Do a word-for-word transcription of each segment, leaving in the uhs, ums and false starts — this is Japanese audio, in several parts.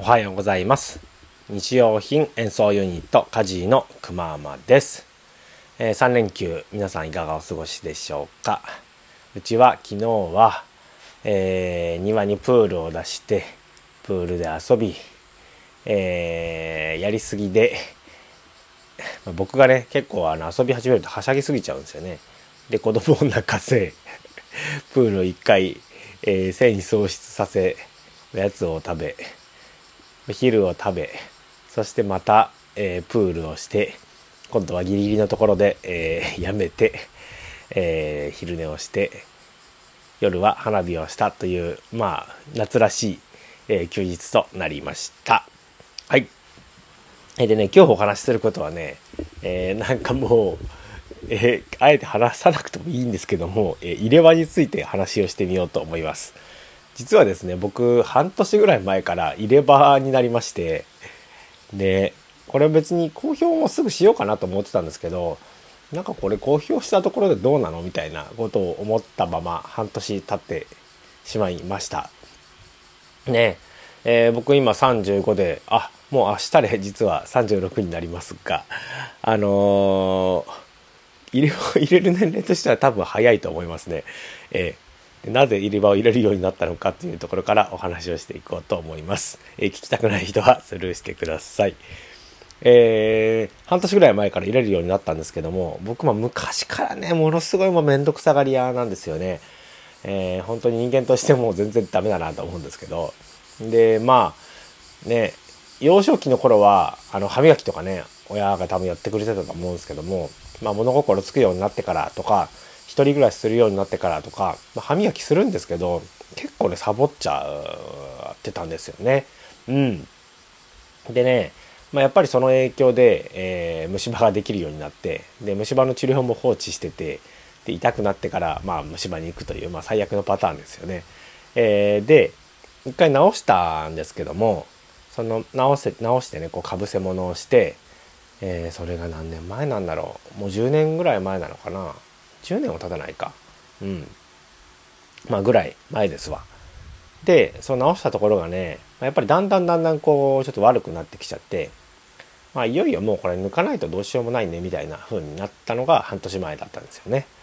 おはようございます。日用品演奏ユニットカジーのくまーまです、えー、さん連休皆さんいかがお過ごしでしょうか。うちは昨日は、えー、庭にプールを出してプールで遊び、えー、やりすぎで僕がね結構あの遊び始めるとはしゃぎすぎちゃうんですよね。で子供を泣かせプールを一回、えー、性に喪失させおやつを食べお昼を食べそしてまた、えー、プールをして今度はギリギリのところで、えー、やめて、えー、昼寝をして夜は花火をしたというまあ夏らしい、えー、休日となりました。はい。でね今日お話しすることはね、えー、なんかもう、えー、あえて話さなくてもいいんですけども、えー、入れ歯について話をしてみようと思います。実はですね僕半年ぐらい前から入れ歯になりまして、でこれ別に公表もすぐしようかなと思ってたんですけど、なんかこれ公表したところでどうなのみたいなことを思ったまま半年経ってしまいましたね。えー、僕今さんじゅうごであもう明日で実はさんじゅうろくになりますが、あのー、入れ歯を入れる年齢としては多分早いと思いますね。えーなぜ入れ歯を入れるようになったのかっていうところからお話をしていこうと思います。えー、聞きたくない人はスルーしてください。えー、半年ぐらい前から入れるようになったんですけども、僕も昔からねものすごいもうめんどくさがり屋なんですよね。えー、本当に人間としても全然ダメだなと思うんですけど、でまあね幼少期の頃はあの歯磨きとかね親が多分やってくれてたと思うんですけども、まあ、物心つくようになってからとか一人暮らしするようになってからとか、まあ、歯磨きするんですけど結構ねサボっちゃってたんですよね。うんでね、まあ、やっぱりその影響で、えー、虫歯ができるようになって、で虫歯の治療も放置してて、で痛くなってから、まあ、虫歯に行くという、まあ、最悪のパターンですよね。えー、で一回直したんですけども、その直せ直してねこうかぶせ物をして、えー、それが何年前なんだろう、もうじゅうねんぐらい前なのかな、じゅうねんは経たないか、うんまあぐらい前ですわ。でその直したところがねやっぱりだんだんだんだんこうちょっと悪くなってきちゃって、まあいよいよもうこれ抜かないとどうしようもないねみたいな風になったのが半年前だったんですよね。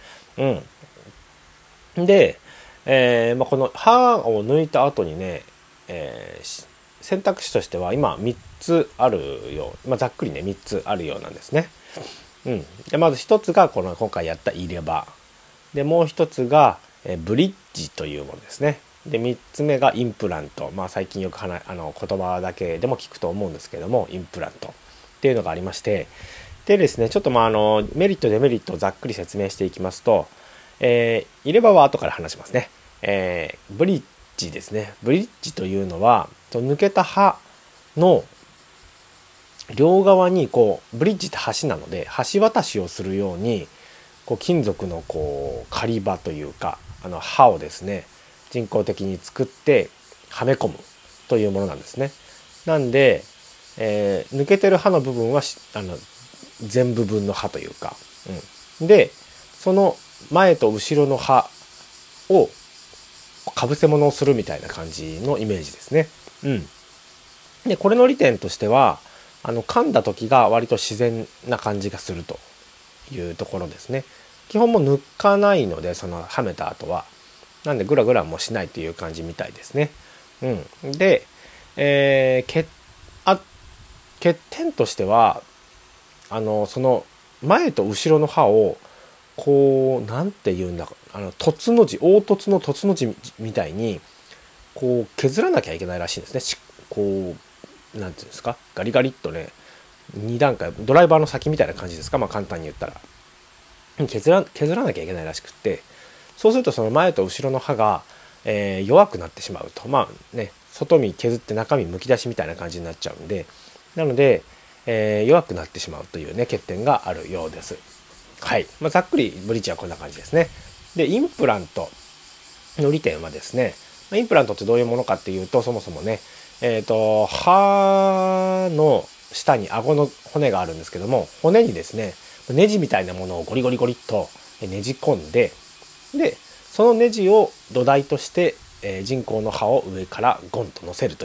うんで、えーまあ、この歯を抜いた後にね、えー、選択肢としては今みっつあるよう、まあ、ざっくりねみっつあるようなんですね。うん、でまずひとつがこの今回やった入れ歯で、もうひとつがえブリッジというものですね。でみっつめがインプラント、まあ最近よく話あの言葉だけでも聞くと思うんですけども、インプラントっていうのがありまして、でですねちょっとまああのメリットデメリットをざっくり説明していきますと、えー、入れ歯は後から話しますね。えー、ブリッジですね。ブリッジというのは抜けた歯の両側にこうブリッジって橋なので橋渡しをするようにこう金属のこう狩り場というかあの刃をですね人工的に作ってはめ込むというものなんですね。なんで、えー、抜けてる刃の部分はあの全部分の刃というか、うん、でその前と後ろの刃をかぶせ物をするみたいな感じのイメージですね。うん、でこれの利点としてはあの噛んだ時が割と自然な感じがするというところですね。基本も抜かないのでそのはめた後はなんでグラグラもしないという感じみたいですね。うん、で、えー、欠あ欠点としてはあのその前と後ろの歯をこうなんて言うんだかあの凸の字凹凸の凸の字みたいにこう削らなきゃいけないらしいんですね。こうなんていうんですかガリガリっとねに段階ドライバーの先みたいな感じですか、まあ簡単に言ったら削ら削らなきゃいけないらしくって、そうするとその前と後ろの歯が、えー、弱くなってしまうと、まあね外身削って中身むき出しみたいな感じになっちゃうんで、なので、えー、弱くなってしまうというね欠点があるようです。はい、まあ、ざっくりブリッジはこんな感じですね。でインプラントの利点はですね、インプラントってどういうものかっていうと、そもそもねえっと歯の下に顎の骨があるんですけども、骨にですねネジみたいなものをゴリゴリゴリっとねじ込んで、でそのネジを土台として、えー、人工の歯を上からゴンと乗せるという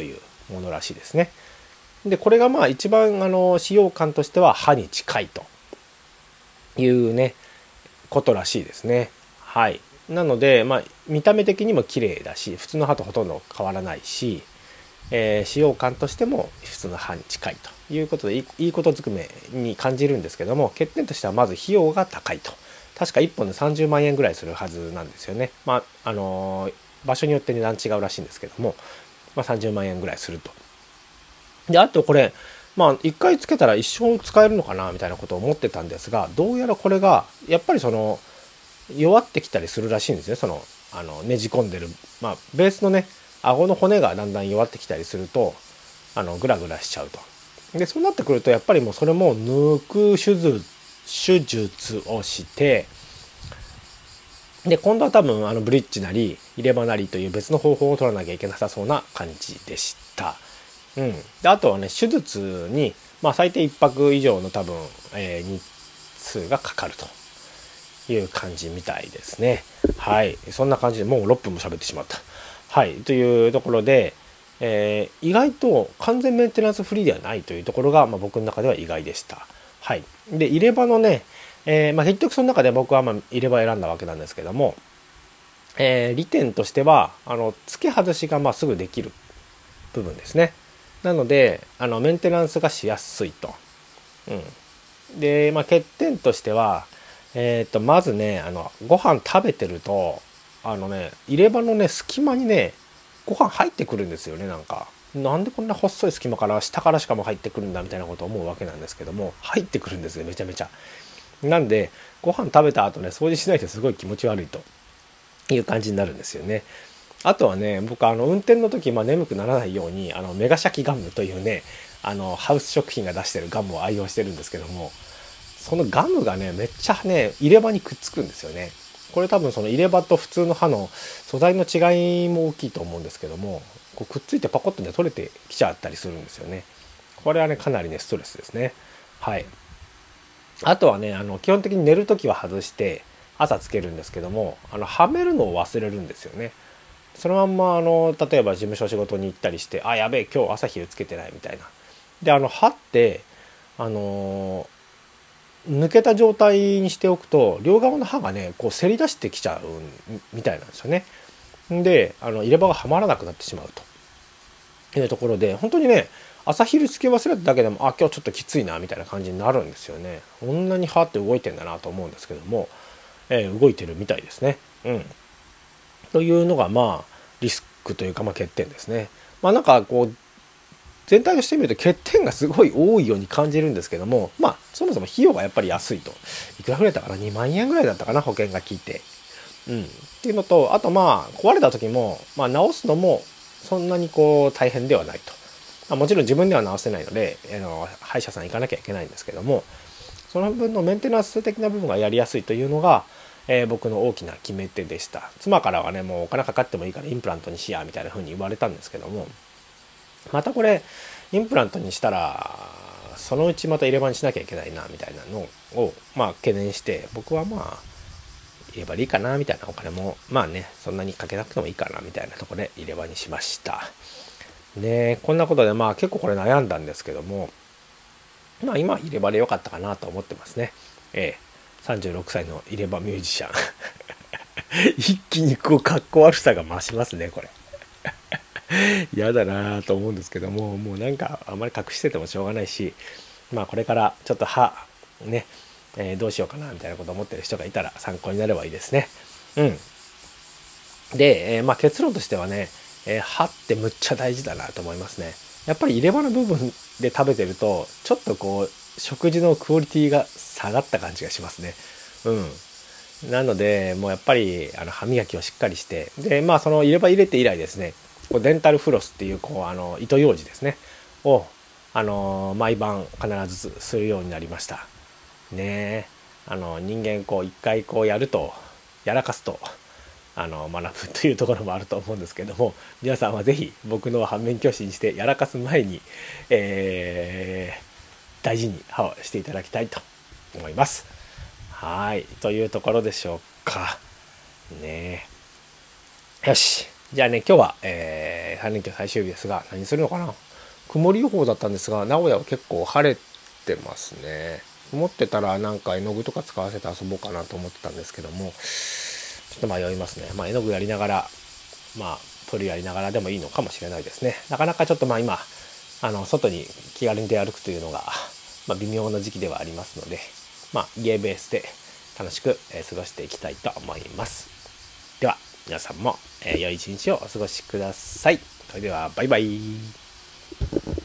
ものらしいですね。でこれがまあ一番あの使用感としては歯に近いというねことらしいですね。はい。なのでまあ見た目的にも綺麗だし、普通の歯とほとんど変わらないし、えー、使用感としても普通の歯に近いということでいい、いいことずくめに感じるんですけども、欠点としてはまず費用が高いと。確かいっぽんでさんじゅうまんえんぐらいするはずなんですよね。まああのー、場所によって値段違うらしいんですけども、まあ、さんじゅうまんえんぐらいすると。であとこれまあいっかいつけたら一生使えるのかなみたいなことを思ってたんですが、どうやらこれがやっぱりその弱ってきたりするらしいんですね。そのあのねじ込んでる、まあ、ベースのね顎の骨がだんだん弱ってきたりするとあのグラグラしちゃうと。でそうなってくるとやっぱりもうそれも抜く手術手術をして、で今度は多分あのブリッジなり入れ歯なりという別の方法を取らなきゃいけなさそうな感じでした。うん、であとはね手術に、まあ、最低いっぱく以上の多分、えー、日数がかかるという感じみたいですね。はい、そんな感じでもうろっぷんも喋ってしまった。はいというところで、えー、意外と完全メンテナンスフリーではないというところが、まあ、僕の中では意外でした。はい、で入れ歯のね、えーまあ、結局その中で僕はまあ入れ歯を選んだわけなんですけども、えー、利点としてはあの付け外しがまあすぐできる部分ですね。なのであのメンテナンスがしやすいと。うん、で、まあ、欠点としては、えー、とまずねあのご飯食べてるとあのね入れ歯のね隙間にねご飯入ってくるんですよね。なんかなんでこんな細い隙間から下からしかも入ってくるんだみたいなことを思うわけなんですけども、入ってくるんですねめちゃめちゃ。なんでご飯食べた後ね掃除しないとすごい気持ち悪いという感じになるんですよね。あとはね僕あの運転の時、まあ、眠くならないようにあのメガシャキガムというねあのハウス食品が出してるガムを愛用してるんですけども、そのガムがねめっちゃね入れ歯にくっつくんですよね。これ多分その入れ歯と普通の歯の素材の違いも大きいと思うんですけども、こうくっついてパコッとね取れてきちゃったりするんですよね。これはねかなりねストレスですね。はい。あとはねあの基本的に寝る時は外して朝つけるんですけども、あのはめるのを忘れるんですよね。そのまんまあの例えば事務所仕事に行ったりして、あやべえ今日朝昼つけてないみたいな。であの歯ってあのー、抜けた状態にしておくと両側の歯がねこうせり出してきちゃうみたいなんですよね。であの入れ歯がはまらなくなってしまうというところで、本当にね朝昼つけ忘れただけでもあ今日ちょっときついなみたいな感じになるんですよね。こんなに歯って動いてんだなと思うんですけども、えー、動いてるみたいですね。うんというのがまあリスクというかまあ欠点ですね。まあなんかこう全体として見ると欠点がすごい多いように感じるんですけども、まあそもそも費用がやっぱり安いと。いくらぐらいだったかな、にまんえんぐらいだったかな、保険が効いて。うん。っていうのと、あとまあ壊れた時も、まあ直すのもそんなにこう大変ではないと。まあ、もちろん自分では直せないので、あの歯医者さん行かなきゃいけないんですけども、その分のメンテナンス的な部分がやりやすいというのが、えー、僕の大きな決め手でした。妻からはねもうお金かかってもいいからインプラントにしやみたいな風に言われたんですけども、またこれインプラントにしたらそのうちまた入れ歯にしなきゃいけないなみたいなのをまあ懸念して、僕はまあ入れ歯でいいかなみたいな、お金もまあねそんなにかけなくてもいいかなみたいなところで入れ歯にしましたね。こんなことでまあ結構これ悩んだんですけども、まあ今は入れ歯で良かったかなと思ってますね。ええさんじゅうろくさいの入れ歯ミュージシャン一気にこうかっこ悪さが増しますねこれ嫌だなと思うんですけども、もうなんかあんまり隠しててもしょうがないし、まあこれからちょっと歯ね、えー、どうしようかなみたいなことを思ってる人がいたら参考になればいいですね。うんで、えー、まあ結論としてはね、えー、歯ってむっちゃ大事だなと思いますね。やっぱり入れ歯の部分で食べてるとちょっとこう食事のクオリティが下がった感じがしますね。うん。なのでもうやっぱりあの歯磨きをしっかりして、でまあその入れ歯入れて以来ですね、こうデンタルフロスっていうこうあの糸ようじですねをあの毎晩必ずするようになりましたね。あの人間こう一回こうやるとやらかすとあの学ぶというところもあると思うんですけども、皆さんはぜひ僕の反面教師にしてやらかす前に、えー大事に歯をしていただきたいと思います。はいというところでしょうかね。よしじゃあね、今日は、えー、さん連休最終日ですが、何するのかな。曇り予報だったんですが、名古屋は結構晴れてますね。曇ってたらなんか絵の具とか使わせて遊ぼうかなと思ってたんですけども、ちょっと迷いますね。まあ絵の具やりながら、まあ鳥やりながらでもいいのかもしれないですね。なかなかちょっとまあ今、あの、外に気軽に出歩くというのが、まあ微妙な時期ではありますので、まあ家ベースで楽しく過ごしていきたいと思います。では、皆さんも良い一日をお過ごしください。それでは、バイバイ。